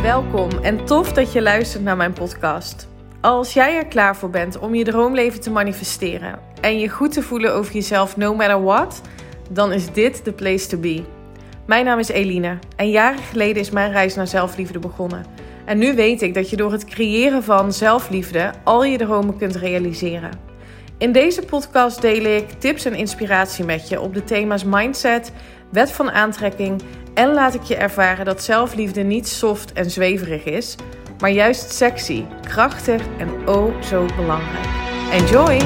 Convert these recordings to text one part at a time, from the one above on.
Welkom en tof dat je luistert naar mijn podcast. Als jij er klaar voor bent om je droomleven te manifesteren en je goed te voelen over jezelf no matter what, dan is dit de place to be. Mijn naam is Eline en jaren geleden is mijn reis naar zelfliefde begonnen. En nu weet ik dat je door het creëren van zelfliefde al je dromen kunt realiseren. In deze podcast deel ik tips en inspiratie met je op de thema's mindset, wet van aantrekking en laat ik je ervaren dat zelfliefde niet soft en zweverig is, maar juist sexy, krachtig en oh zo belangrijk. Enjoy!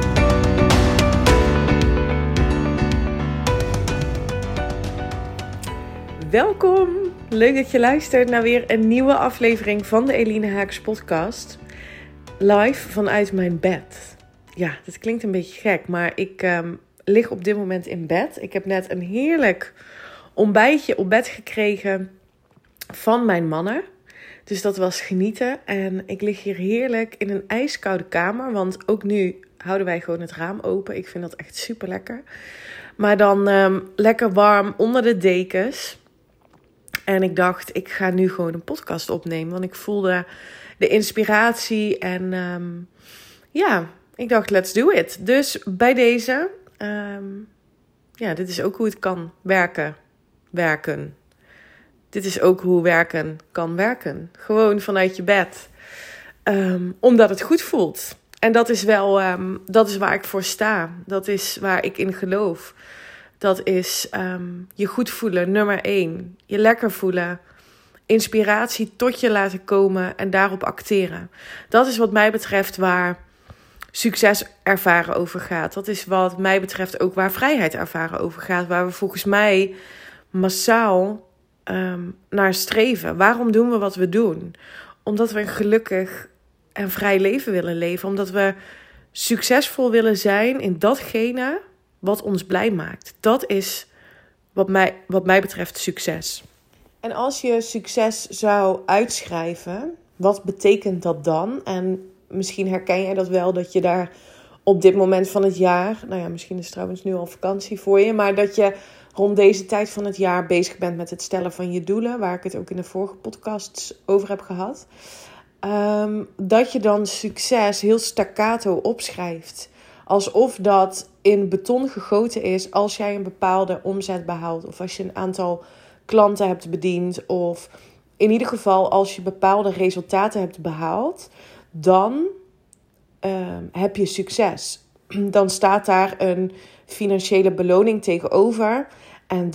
Welkom! Leuk dat je luistert naar weer een nieuwe aflevering van de Eline Haaks podcast. Live vanuit mijn bed. Ja, dat klinkt een beetje gek, maar ik lig op dit moment in bed. Ik heb net een heerlijk ontbijtje op bed gekregen van mijn mannen. Dus dat was genieten. En ik lig hier heerlijk in een ijskoude kamer. Want ook nu houden wij gewoon het raam open. Ik vind dat echt super lekker. Maar dan lekker warm onder de dekens. En ik dacht, ik ga nu gewoon een podcast opnemen. Want ik voelde de inspiratie. En ik dacht, let's do it. Dus bij deze, dit is ook hoe het kan werken. Dit is ook hoe werken kan werken. Gewoon vanuit je bed. Omdat het goed voelt. En dat is wel, dat is waar ik voor sta. Dat is waar ik in geloof. Dat is je goed voelen, nummer 1. Je lekker voelen. Inspiratie tot je laten komen en daarop acteren. Dat is wat mij betreft waar succes ervaren over gaat. Dat is wat mij betreft ook waar vrijheid ervaren over gaat. Waar we volgens mij massaal naar streven. Waarom doen we wat we doen? Omdat we een gelukkig en vrij leven willen leven. Omdat we succesvol willen zijn in datgene wat ons blij maakt. Dat is wat mij betreft succes. En als je succes zou uitschrijven, wat betekent dat dan? En misschien herken jij dat wel, dat je daar op dit moment van het jaar, misschien is het trouwens nu al vakantie voor je, maar dat je rond deze tijd van het jaar bezig bent met het stellen van je doelen, waar ik het ook in de vorige podcasts over heb gehad. Dat je dan succes heel staccato opschrijft. Alsof dat in beton gegoten is als jij een bepaalde omzet behaalt. Of als je een aantal klanten hebt bediend. Of in ieder geval als je bepaalde resultaten hebt behaald. Dan heb je succes. Dan staat daar een financiële beloning tegenover. En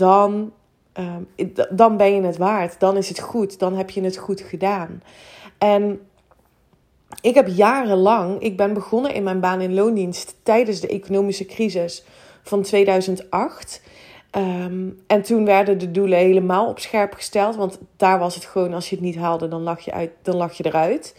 dan ben je het waard. Dan is het goed. Dan heb je het goed gedaan. En ik heb jarenlang, ik ben begonnen in mijn baan in loondienst tijdens de economische crisis van 2008. En toen werden de doelen helemaal op scherp gesteld. Want daar was het gewoon, als je het niet haalde, dan lag je eruit.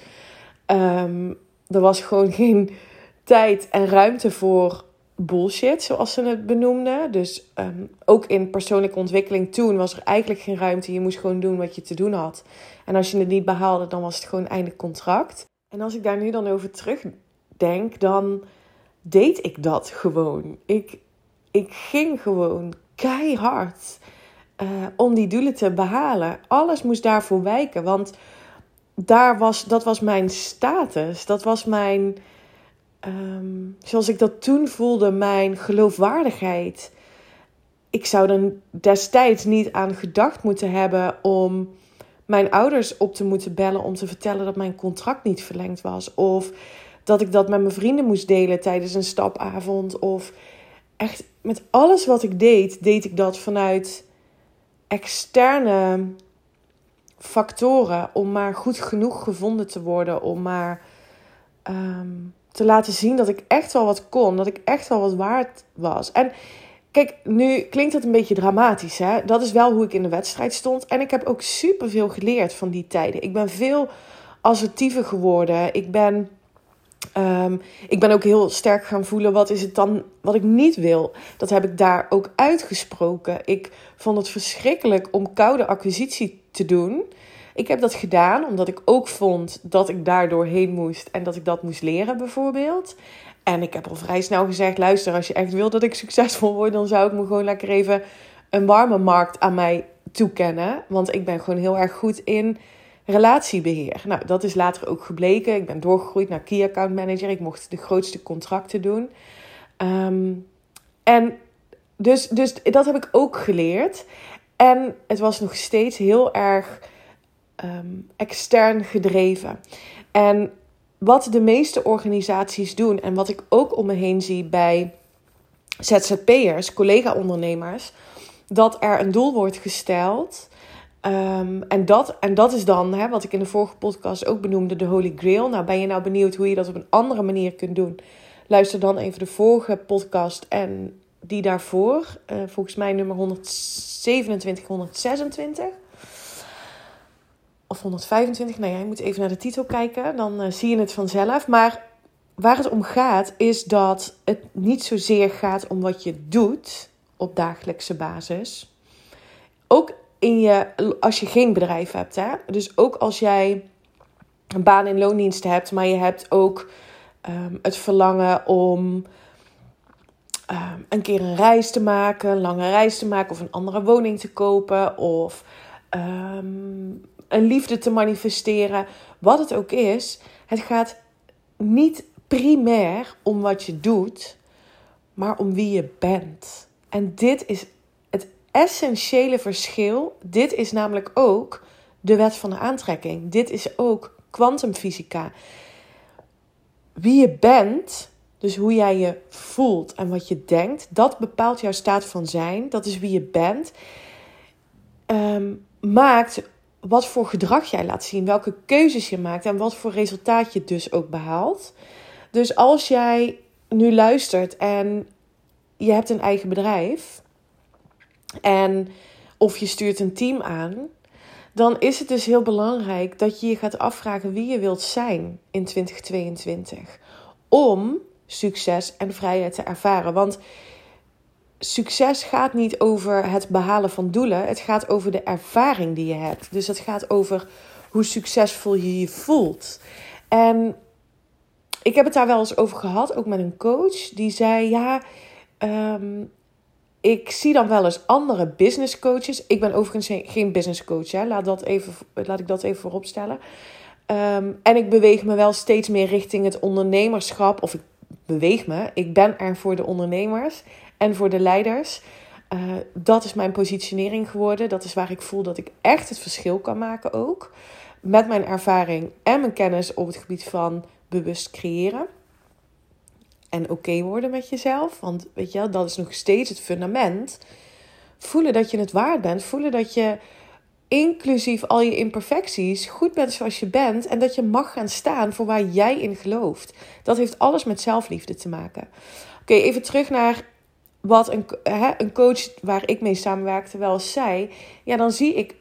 Er was gewoon geen tijd en ruimte voor bullshit, zoals ze het benoemden. Dus ook in persoonlijke ontwikkeling toen was er eigenlijk geen ruimte. Je moest gewoon doen wat je te doen had. En als je het niet behaalde, dan was het gewoon einde contract. En als ik daar nu dan over terugdenk, dan deed ik dat gewoon. Ik ging gewoon keihard om die doelen te behalen. Alles moest daarvoor wijken, want dat was mijn status. Dat was mijn, zoals ik dat toen voelde, mijn geloofwaardigheid. Ik zou er destijds niet aan gedacht moeten hebben om mijn ouders op te moeten bellen om te vertellen dat mijn contract niet verlengd was. Of dat ik dat met mijn vrienden moest delen tijdens een stapavond. Of echt met alles wat ik deed ik dat vanuit externe factoren. Om maar goed genoeg gevonden te worden. Om maar te laten zien dat ik echt wel wat kon. Dat ik echt wel wat waard was. En kijk, nu klinkt het een beetje dramatisch, hè? Dat is wel hoe ik in de wedstrijd stond. En ik heb ook superveel geleerd van die tijden. Ik ben veel assertiever geworden. Ik ben ook heel sterk gaan voelen, wat is het dan wat ik niet wil? Dat heb ik daar ook uitgesproken. Ik vond het verschrikkelijk om koude acquisitie te doen. Ik heb dat gedaan omdat ik ook vond dat ik daar doorheen moest. En dat ik dat moest leren bijvoorbeeld. En ik heb al vrij snel gezegd, luister, als je echt wil dat ik succesvol word, dan zou ik me gewoon lekker even een warme markt aan mij toekennen. Want ik ben gewoon heel erg goed in relatiebeheer. Nou, dat is later ook gebleken. Ik ben doorgegroeid naar Key Account Manager. Ik mocht de grootste contracten doen. En dus dat heb ik ook geleerd. En het was nog steeds heel erg extern gedreven. En wat de meeste organisaties doen en wat ik ook om me heen zie bij ZZP'ers, collega-ondernemers, dat er een doel wordt gesteld. En dat is dan, wat ik in de vorige podcast ook benoemde, de Holy Grail. Nou, ben je nou benieuwd hoe je dat op een andere manier kunt doen? Luister dan even de vorige podcast en die daarvoor. Volgens mij nummer 127, 126. Of 125. Nou ja, je moet even naar de titel kijken. Dan zie je het vanzelf. Maar waar het om gaat is dat het niet zozeer gaat om wat je doet op dagelijkse basis. Ook als je geen bedrijf hebt. Hè? Dus ook als jij een baan in loondienst hebt. Maar je hebt ook het verlangen om een keer een reis te maken. Een lange reis te maken. Of een andere woning te kopen. Of een liefde te manifesteren. Wat het ook is. Het gaat niet primair om wat je doet. Maar om wie je bent. En dit is het essentiële verschil. Dit is namelijk ook de wet van de aantrekking. Dit is ook kwantumfysica. Wie je bent, dus hoe jij je voelt en wat je denkt, dat bepaalt jouw staat van zijn. Dat is wie je bent. Maakt wat voor gedrag jij laat zien, welke keuzes je maakt en wat voor resultaat je dus ook behaalt. Dus als jij nu luistert en je hebt een eigen bedrijf of je stuurt een team aan, dan is het dus heel belangrijk dat je je gaat afvragen wie je wilt zijn in 2022. Om succes en vrijheid te ervaren. Want succes gaat niet over het behalen van doelen. Het gaat over de ervaring die je hebt. Dus het gaat over hoe succesvol je je voelt. En ik heb het daar wel eens over gehad, ook met een coach. Die zei, ik zie dan wel eens andere business coaches. Ik ben overigens geen business coach. Hè. Laat ik dat even voorop stellen. En ik beweeg me wel steeds meer richting het ondernemerschap. Of ik ben er voor de ondernemers en voor de leiders. Dat is mijn positionering geworden. Dat is waar ik voel dat ik echt het verschil kan maken ook. Met mijn ervaring en mijn kennis op het gebied van bewust creëren. En oké worden met jezelf. Want weet je, dat is nog steeds het fundament. Voelen dat je het waard bent. Voelen dat je inclusief al je imperfecties goed bent zoals je bent. En dat je mag gaan staan voor waar jij in gelooft. Dat heeft alles met zelfliefde te maken. Oké, even terug naar wat een coach waar ik mee samenwerkte wel eens zei. Ja, dan zie ik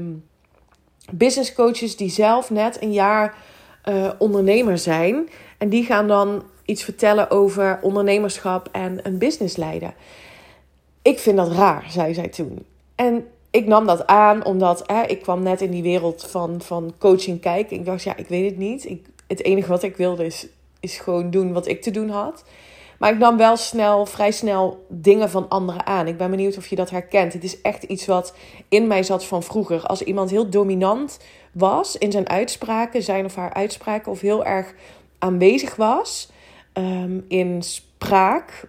business coaches die zelf net een jaar ondernemer zijn. En die gaan dan iets vertellen over ondernemerschap en een business leiden. Ik vind dat raar, zei zij toen. En ik nam dat aan, omdat ik kwam net in die wereld van coaching kijken. Ik dacht, ik weet het niet. Het enige wat ik wilde is gewoon doen wat ik te doen had. Maar ik nam wel vrij snel dingen van anderen aan. Ik ben benieuwd of je dat herkent. Het is echt iets wat in mij zat van vroeger. Als iemand heel dominant was in zijn of haar uitspraken, of heel erg aanwezig was in spraak,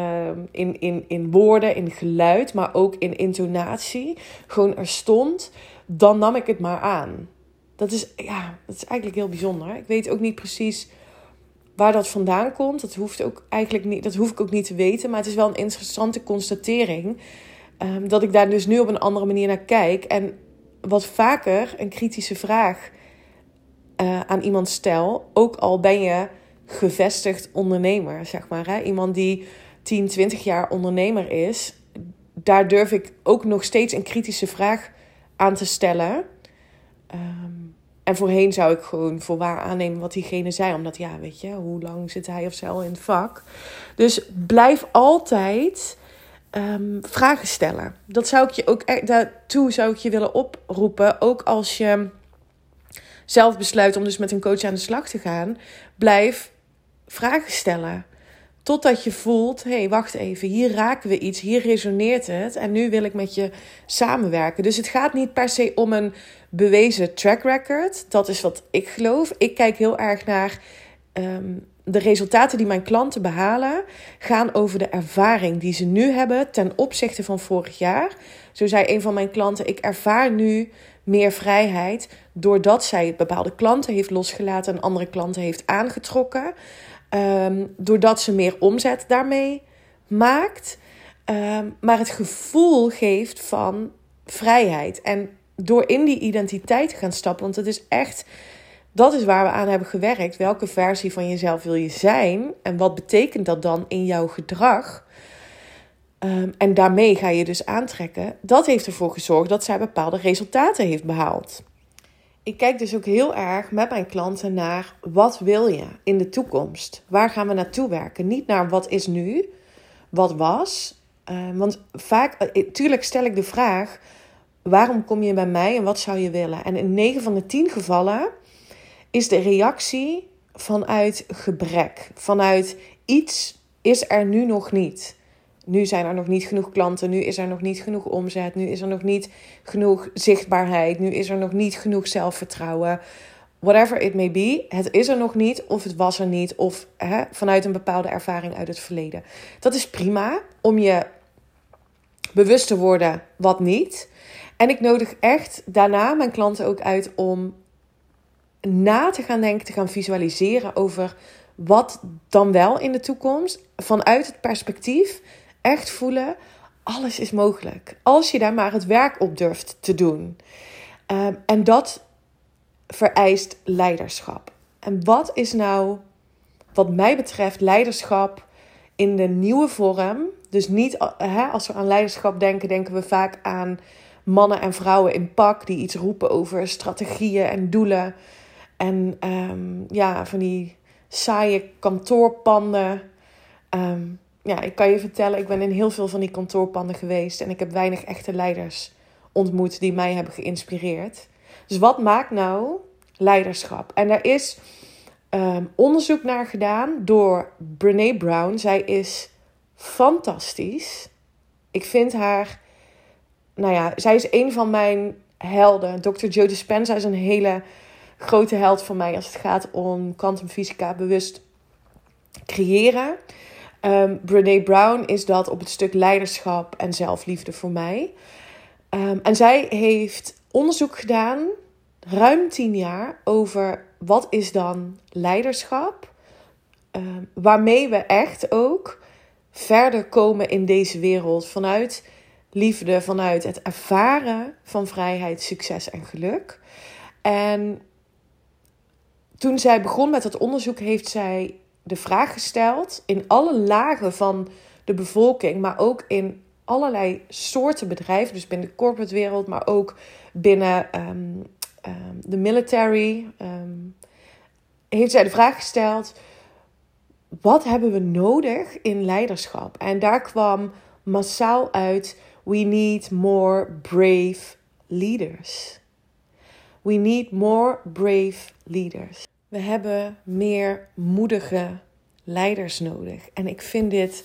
in woorden, in geluid, maar ook in intonatie, gewoon er stond, dan nam ik het maar aan. Dat is eigenlijk heel bijzonder. Ik weet ook niet precies waar dat vandaan komt. Dat hoeft ook eigenlijk niet. Dat hoef ik ook niet te weten. Maar het is wel een interessante constatering. Dat ik daar dus nu op een andere manier naar kijk. En wat vaker een kritische vraag aan iemand stel. Ook al ben je gevestigd ondernemer, zeg maar. Hè? Iemand die 10, 20 jaar ondernemer is. Daar durf ik ook nog steeds een kritische vraag aan te stellen. En voorheen zou ik gewoon voor waar aannemen wat diegene zei. Omdat, weet je, hoe lang zit hij of zij al in het vak? Dus blijf altijd vragen stellen. Dat zou ik je ook, daartoe zou ik je willen oproepen. Ook als je zelf besluit om dus met een coach aan de slag te gaan. Blijf vragen stellen. Totdat je voelt, hé, wacht even, hier raken we iets, hier resoneert het. En nu wil ik met je samenwerken. Dus het gaat niet per se om een bewezen track record. Dat is wat ik geloof. Ik kijk heel erg naar de resultaten die mijn klanten behalen. Gaan over de ervaring die ze nu hebben ten opzichte van vorig jaar. Zo zei een van mijn klanten, ik ervaar nu meer vrijheid doordat zij bepaalde klanten heeft losgelaten en andere klanten heeft aangetrokken. Doordat ze meer omzet daarmee maakt. Maar het gevoel geeft van vrijheid. En door in die identiteit te gaan stappen. Want het is echt, dat is waar we aan hebben gewerkt. Welke versie van jezelf wil je zijn? En wat betekent dat dan in jouw gedrag? En daarmee ga je dus aantrekken. Dat heeft ervoor gezorgd dat zij bepaalde resultaten heeft behaald. Ik kijk dus ook heel erg met mijn klanten naar wat wil je in de toekomst? Waar gaan we naartoe werken? Niet naar wat is nu, wat was. Want vaak, tuurlijk stel ik de vraag, waarom kom je bij mij en wat zou je willen? En in 9 van de 10 gevallen is de reactie vanuit gebrek. Vanuit iets is er nu nog niet. Nu zijn er nog niet genoeg klanten, nu is er nog niet genoeg omzet, nu is er nog niet genoeg zichtbaarheid, nu is er nog niet genoeg zelfvertrouwen. Whatever it may be, het is er nog niet of het was er niet of vanuit een bepaalde ervaring uit het verleden. Dat is prima om je bewust te worden wat niet. En ik nodig echt daarna mijn klanten ook uit om na te gaan denken, te gaan visualiseren over wat dan wel in de toekomst. Vanuit het perspectief echt voelen, alles is mogelijk. Als je daar maar het werk op durft te doen. En dat vereist leiderschap. En wat is nou, wat mij betreft, leiderschap in de nieuwe vorm? Dus niet, als we aan leiderschap denken, denken we vaak aan mannen en vrouwen in pak die iets roepen over strategieën en doelen. En van die saaie kantoorpanden. Ik kan je vertellen, ik ben in heel veel van die kantoorpanden geweest. En ik heb weinig echte leiders ontmoet die mij hebben geïnspireerd. Dus wat maakt nou leiderschap? En daar is onderzoek naar gedaan door Brené Brown. Zij is fantastisch. Ik vind haar, zij is een van mijn helden. Dr. Joe Dispenza is een hele grote held voor mij als het gaat om kwantumfysica bewust creëren. Brené Brown is dat op het stuk leiderschap en zelfliefde voor mij. En zij heeft onderzoek gedaan, ruim 10 jaar, over wat is dan leiderschap. Waarmee we echt ook verder komen in deze wereld vanuit liefde, vanuit het ervaren van vrijheid, succes en geluk. En toen zij begon met het onderzoek heeft zij de vraag gesteld in alle lagen van de bevolking, maar ook in allerlei soorten bedrijven, dus binnen de corporate wereld, maar ook binnen de military, heeft zij de vraag gesteld, wat hebben we nodig in leiderschap? En daar kwam massaal uit, we need more brave leaders. We need more brave leaders. We hebben meer moedige leiders nodig. En ik vind dit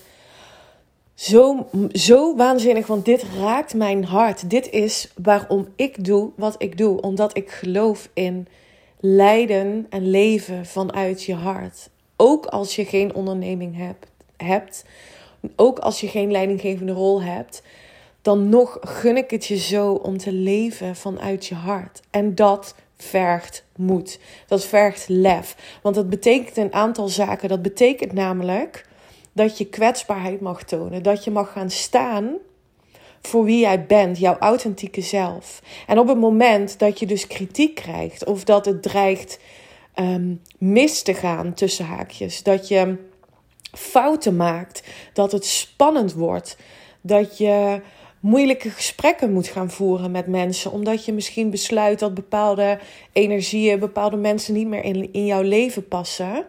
zo waanzinnig, want dit raakt mijn hart. Dit is waarom ik doe wat ik doe. Omdat ik geloof in leiden en leven vanuit je hart. Ook als je geen onderneming hebt. Ook als je geen leidinggevende rol hebt. Dan nog gun ik het je zo om te leven vanuit je hart. En dat vergt moed. Dat vergt lef. Want dat betekent een aantal zaken. Dat betekent namelijk dat je kwetsbaarheid mag tonen. Dat je mag gaan staan voor wie jij bent. Jouw authentieke zelf. En op het moment dat je dus kritiek krijgt. Of dat het dreigt mis te gaan tussen haakjes. Dat je fouten maakt. Dat het spannend wordt. Dat je moeilijke gesprekken moet gaan voeren met mensen. Omdat je misschien besluit dat bepaalde energieën, bepaalde mensen niet meer in jouw leven passen.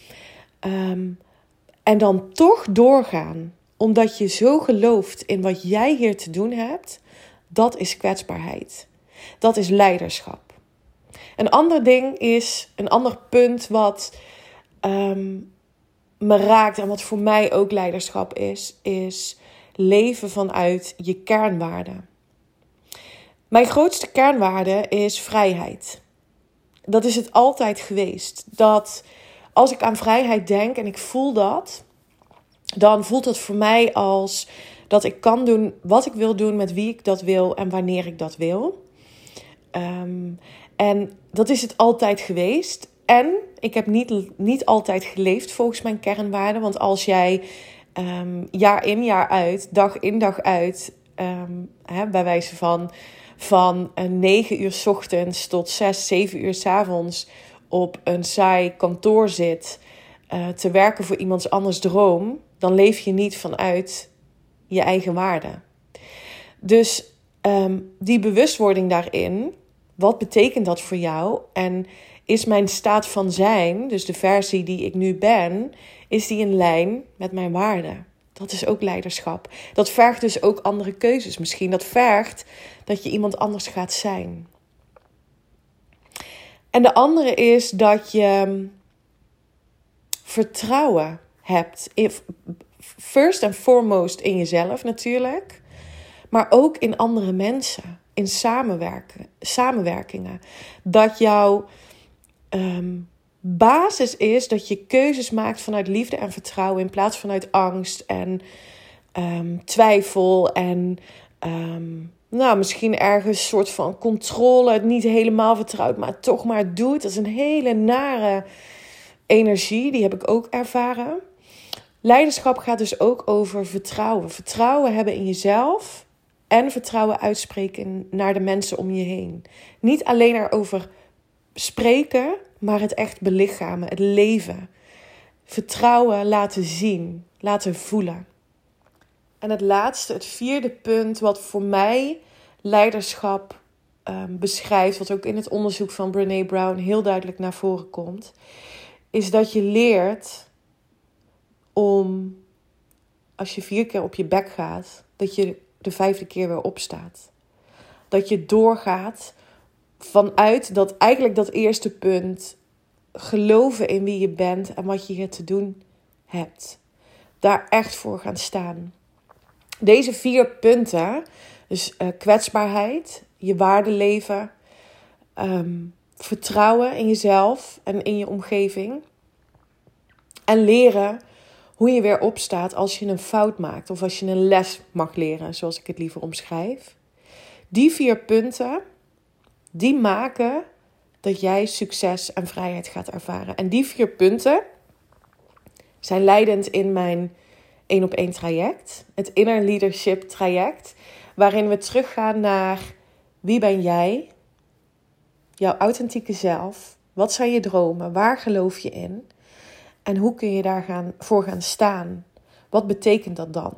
En dan toch doorgaan. Omdat je zo gelooft in wat jij hier te doen hebt. Dat is kwetsbaarheid. Dat is leiderschap. Een ander ding is, een ander punt wat me raakt en wat voor mij ook leiderschap is leven vanuit je kernwaarden. Mijn grootste kernwaarde is vrijheid. Dat is het altijd geweest. Dat als ik aan vrijheid denk en ik voel dat, dan voelt het voor mij als dat ik kan doen wat ik wil doen met wie ik dat wil en wanneer ik dat wil. En dat is het altijd geweest. En ik heb niet altijd geleefd volgens mijn kernwaarden. Want als jij jaar in jaar uit, dag in dag uit, bij wijze van 9 uur 's ochtends tot 6, 7 uur 's avonds op een saai kantoor zit te werken voor iemands anders droom, dan leef je niet vanuit je eigen waarden. Dus die bewustwording daarin, wat betekent dat voor jou? En is mijn staat van zijn, dus de versie die ik nu ben, is die in lijn met mijn waarden? Dat is ook leiderschap. Dat vergt dus ook andere keuzes misschien. Dat vergt dat je iemand anders gaat zijn. En de andere is dat je vertrouwen hebt. First and foremost in jezelf natuurlijk. Maar ook in andere mensen. In samenwerkingen. Dat jouw basis is dat je keuzes maakt vanuit liefde en vertrouwen. In plaats vanuit angst en twijfel. En misschien ergens een soort van controle. Het niet helemaal vertrouwt, maar toch maar doet. Dat is een hele nare energie. Die heb ik ook ervaren. Leiderschap gaat dus ook over vertrouwen. Vertrouwen hebben in jezelf. En vertrouwen uitspreken naar de mensen om je heen. Niet alleen erover spreken, maar het echt belichamen, het leven. Vertrouwen laten zien, laten voelen. En het laatste, het 4e punt wat voor mij leiderschap beschrijft, wat ook in het onderzoek van Brené Brown heel duidelijk naar voren komt, is dat je leert om, als je 4 keer op je bek gaat, dat je de 5e keer weer opstaat. Dat je doorgaat vanuit dat eigenlijk dat eerste punt, geloven in wie je bent en wat je hier te doen hebt. Daar echt voor gaan staan. Deze 4 punten, dus kwetsbaarheid, je waarde leven, vertrouwen in jezelf en in je omgeving. En leren hoe je weer opstaat als je een fout maakt of als je een les mag leren, zoals ik het liever omschrijf. Die 4 punten, die maken dat jij succes en vrijheid gaat ervaren. En die 4 punten zijn leidend in mijn 1-op-1 traject. Het Inner Leadership traject. Waarin we teruggaan naar wie ben jij? Jouw authentieke zelf. Wat zijn je dromen? Waar geloof je in? En hoe kun je daar voor gaan staan? Wat betekent dat dan?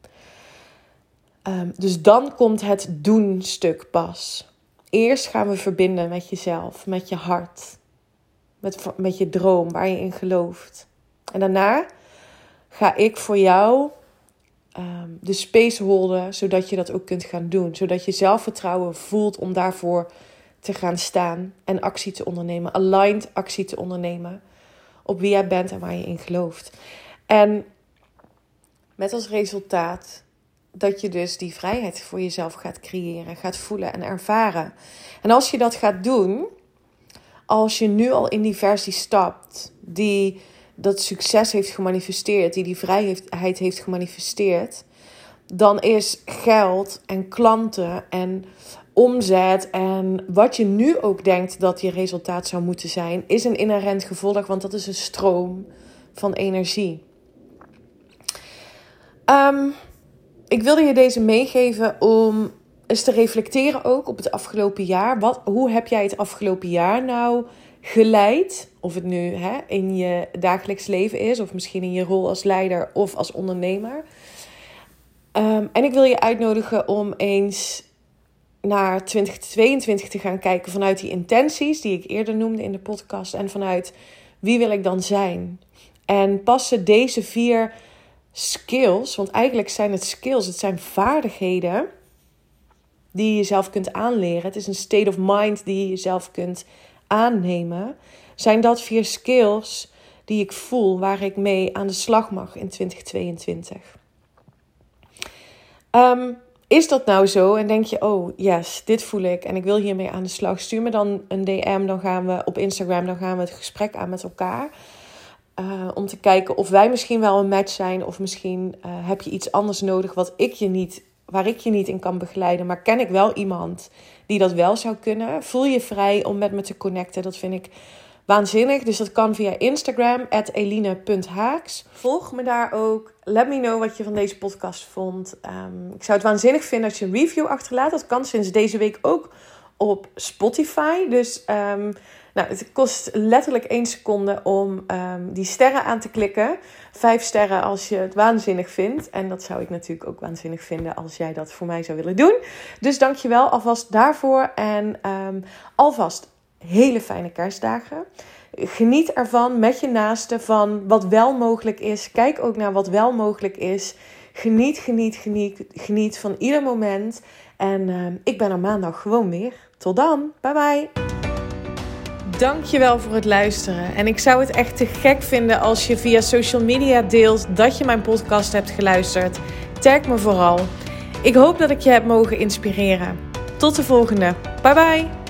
Dus dan komt het doen-stuk pas. Eerst gaan we verbinden met jezelf, met je hart. Met je droom, waar je in gelooft. En daarna ga ik voor jou de space holden, zodat je dat ook kunt gaan doen. Zodat je zelfvertrouwen voelt om daarvoor te gaan staan en actie te ondernemen. Aligned actie te ondernemen op wie jij bent en waar je in gelooft. En met als resultaat dat je dus die vrijheid voor jezelf gaat creëren, gaat voelen en ervaren. En als je dat gaat doen, als je nu al in die versie stapt, die dat succes heeft gemanifesteerd, die vrijheid heeft gemanifesteerd, dan is geld en klanten en omzet en wat je nu ook denkt dat je resultaat zou moeten zijn, is een inherent gevolg, want dat is een stroom van energie. Ik wilde je deze meegeven om eens te reflecteren ook op het afgelopen jaar. Hoe heb jij het afgelopen jaar nou geleid? Of het nu in je dagelijks leven is, of misschien in je rol als leider of als ondernemer. En ik wil je uitnodigen om eens naar 2022 te gaan kijken vanuit die intenties die ik eerder noemde in de podcast. En vanuit wie wil ik dan zijn? En passen deze 4 skills, want eigenlijk zijn het skills, het zijn vaardigheden die je jezelf kunt aanleren. Het is een state of mind die je jezelf kunt aannemen. Zijn dat 4 skills die ik voel, waar ik mee aan de slag mag in 2022. Is dat nou zo en denk je, oh yes, dit voel ik en ik wil hiermee aan de slag. Stuur me dan een DM, dan gaan we op Instagram, dan gaan we het gesprek aan met elkaar. Om te kijken of wij misschien wel een match zijn. Of misschien heb je iets anders nodig waar ik je niet in kan begeleiden. Maar ken ik wel iemand die dat wel zou kunnen. Voel je vrij om met me te connecten. Dat vind ik waanzinnig. Dus dat kan via Instagram, @eline.haaks. Volg me daar ook. Let me know wat je van deze podcast vond. Ik zou het waanzinnig vinden als je een review achterlaat. Dat kan sinds deze week ook op Spotify. Dus het kost letterlijk 1 seconde om die sterren aan te klikken. 5 sterren als je het waanzinnig vindt. En dat zou ik natuurlijk ook waanzinnig vinden als jij dat voor mij zou willen doen. Dus dankjewel alvast daarvoor. En alvast hele fijne kerstdagen. Geniet ervan met je naasten van wat wel mogelijk is. Kijk ook naar wat wel mogelijk is. Geniet van ieder moment. En ik ben er maandag gewoon weer. Tot dan. Bye bye. Dankjewel voor het luisteren. En ik zou het echt te gek vinden als je via social media deelt dat je mijn podcast hebt geluisterd. Tag me vooral. Ik hoop dat ik je heb mogen inspireren. Tot de volgende. Bye bye.